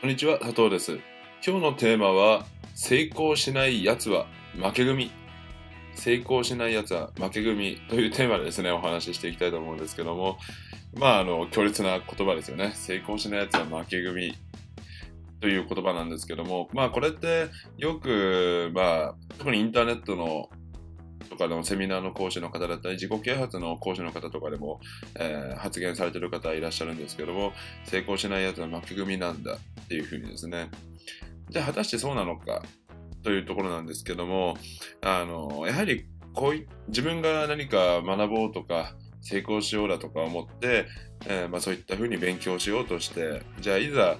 こんにちは、佐藤です。今日のテーマは、成功しないやつは負け組。成功しないやつは負け組というテーマでですね、お話ししていきたいと思うんですけども、強烈な言葉ですよね。成功しないやつは負け組という言葉なんですけども、これってよく、特にインターネットのとかのセミナーの講師の方だったり、自己啓発の講師の方とかでも、発言されている方いらっしゃるんですけども、成功しないやつは負け組なんだっていうふうにですね。じゃあ果たしてそうなのかというところなんですけども、やはり自分が何か学ぼうとか成功しようだとか思って、そういったふうに勉強しようとして、じゃあいざ、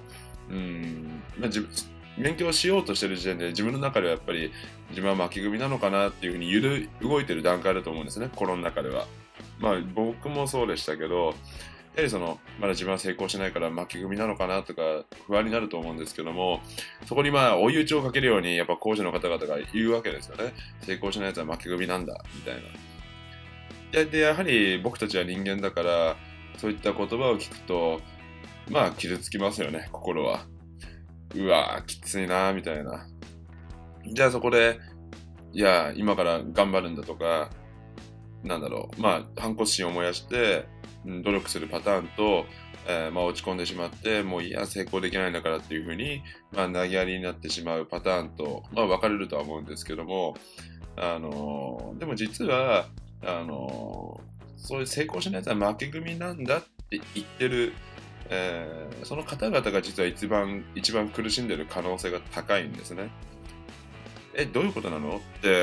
勉強しようとしてる時点で自分の中ではやっぱり自分は負け組なのかなっていうふうに動いてる段階だと思うんですね、心の中では。僕もそうでしたけど、やはりまだ自分は成功しないから負け組なのかなとか不安になると思うんですけども、そこに追い打ちをかけるようにやっぱ講師の方々が言うわけですよね。成功しないやつは負け組なんだみたいな。で、やはり僕たちは人間だから、そういった言葉を聞くと傷つきますよね、心は。うわーきついなーみたいな。じゃあそこで、いや今から頑張るんだとか、反骨心を燃やして努力するパターンと、落ち込んでしまって、もういや成功できないんだからっていうふうに、投げやりになってしまうパターンと、分かれるとは思うんですけども、でも実はそういう成功しないやつは負け組なんだって言ってる、その方々が実は一番苦しんでいる可能性が高いんですね。どういうことなのって、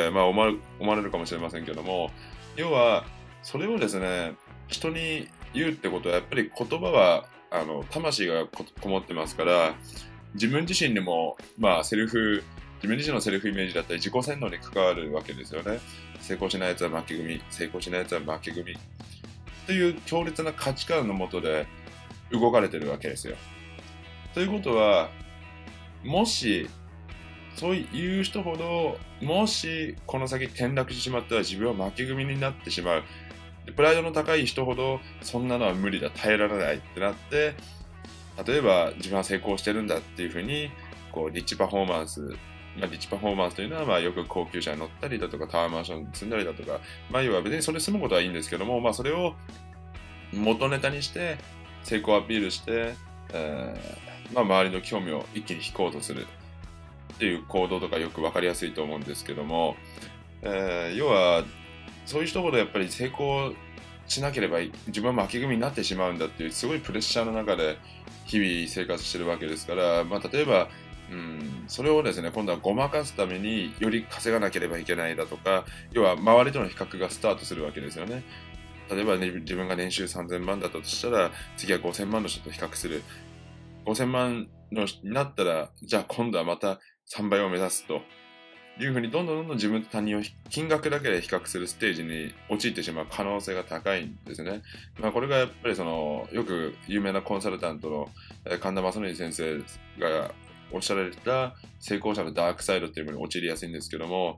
思われるかもしれませんけども、要はそれをですね、人に言うってことはやっぱり言葉は魂がこもってますから、自分自身にも自分自身のセルフイメージだったり自己洗脳に関わるわけですよね。成功しないやつは負け組、成功しないやつは負け組という強烈な価値観のもとで動かれてるわけですよ。ということは、もしそういう人ほど、もしこの先転落してしまったら自分は負け組になってしまう。プライドの高い人ほどそんなのは無理だ、耐えられないってなって、例えば自分は成功してるんだっていうふうにリッチパフォーマンス、リッチパフォーマンスというのはよく高級車に乗ったりだとかタワーマンションに住んだりだとか、要は別にそれ住むことはいいんですけども、それを元ネタにして成功アピールして、周りの興味を一気に引こうとするっていう行動とかよく分かりやすいと思うんですけども、要はそういう人ほどやっぱり成功しなければ自分は負け組になってしまうんだっていうすごいプレッシャーの中で日々生活してるわけですから、例えばそれをですね、今度はごまかすためにより稼がなければいけないだとか、要は周りとの比較がスタートするわけですよね。例えば、自分が年収3000万だったとしたら、次は5000万の人と比較する。5000万のになったら、じゃあ今度はまた3倍を目指すというふうに、どんどん自分と他人を金額だけで比較するステージに陥ってしまう可能性が高いんですね。これがやっぱりよく有名なコンサルタントの神田正則先生がおっしゃられた成功者のダークサイドっていうものに陥りやすいんですけども、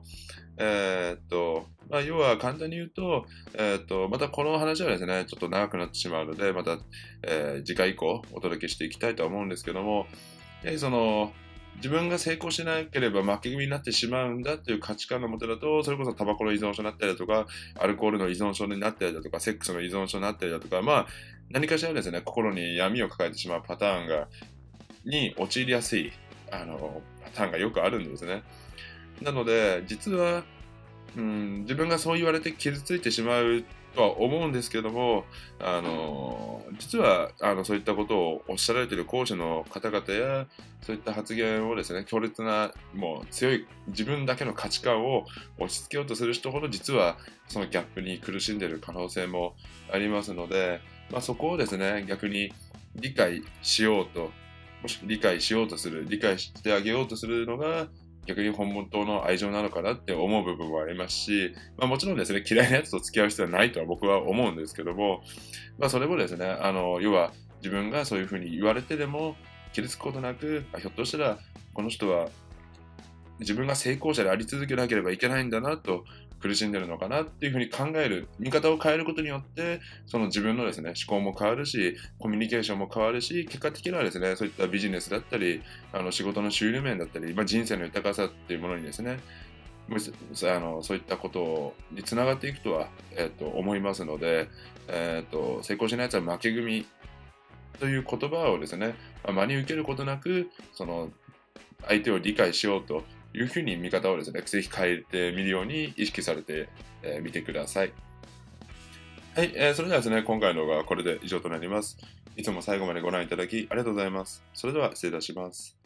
要は簡単に言うと、またこの話はですね、ちょっと長くなってしまうので、また、次回以降お届けしていきたいとは思うんですけども、やはり自分が成功しなければ負け組になってしまうんだという価値観のもとだと、それこそタバコの依存症になったりだとか、アルコールの依存症になったりだとか、セックスの依存症になったりだとか、何かしらですね、心に闇を抱えてしまうパターンに陥りやすいパターンがよくあるんですね。なので、実は、自分がそう言われて傷ついてしまうとは思うんですけども、実はそういったことをおっしゃられている講師の方々や、そういった発言をですね、強烈な、もう強い自分だけの価値観を押し付けようとする人ほど、実はそのギャップに苦しんでいる可能性もありますので、そこをですね、逆に理解しようとする、理解してあげようとするのが、逆に本当の愛情なのかなって思う部分もありますし、もちろんですね、嫌いなやつと付き合う必要はないとは僕は思うんですけども、それもですね、要は自分がそういうふうに言われてでも傷つくことなく、ひょっとしたらこの人は自分が成功者であり続けなければいけないんだなと苦しんでるのかなっていうふうに考える、見方を変えることによって、その自分のですね、思考も変わるし、コミュニケーションも変わるし、結果的にはですね、そういったビジネスだったり、仕事の収入面だったり、人生の豊かさっていうものにですね、そういったことにつながっていくとは、思いますので、成功しないやつは負け組という言葉をですね、真に受けることなく、その相手を理解しようというふうに見方をですね、ぜひ変えてみるように意識されてみてください。はい、それではですね、今回の動画はこれで以上となります。いつも最後までご覧いただきありがとうございます。それでは失礼いたします。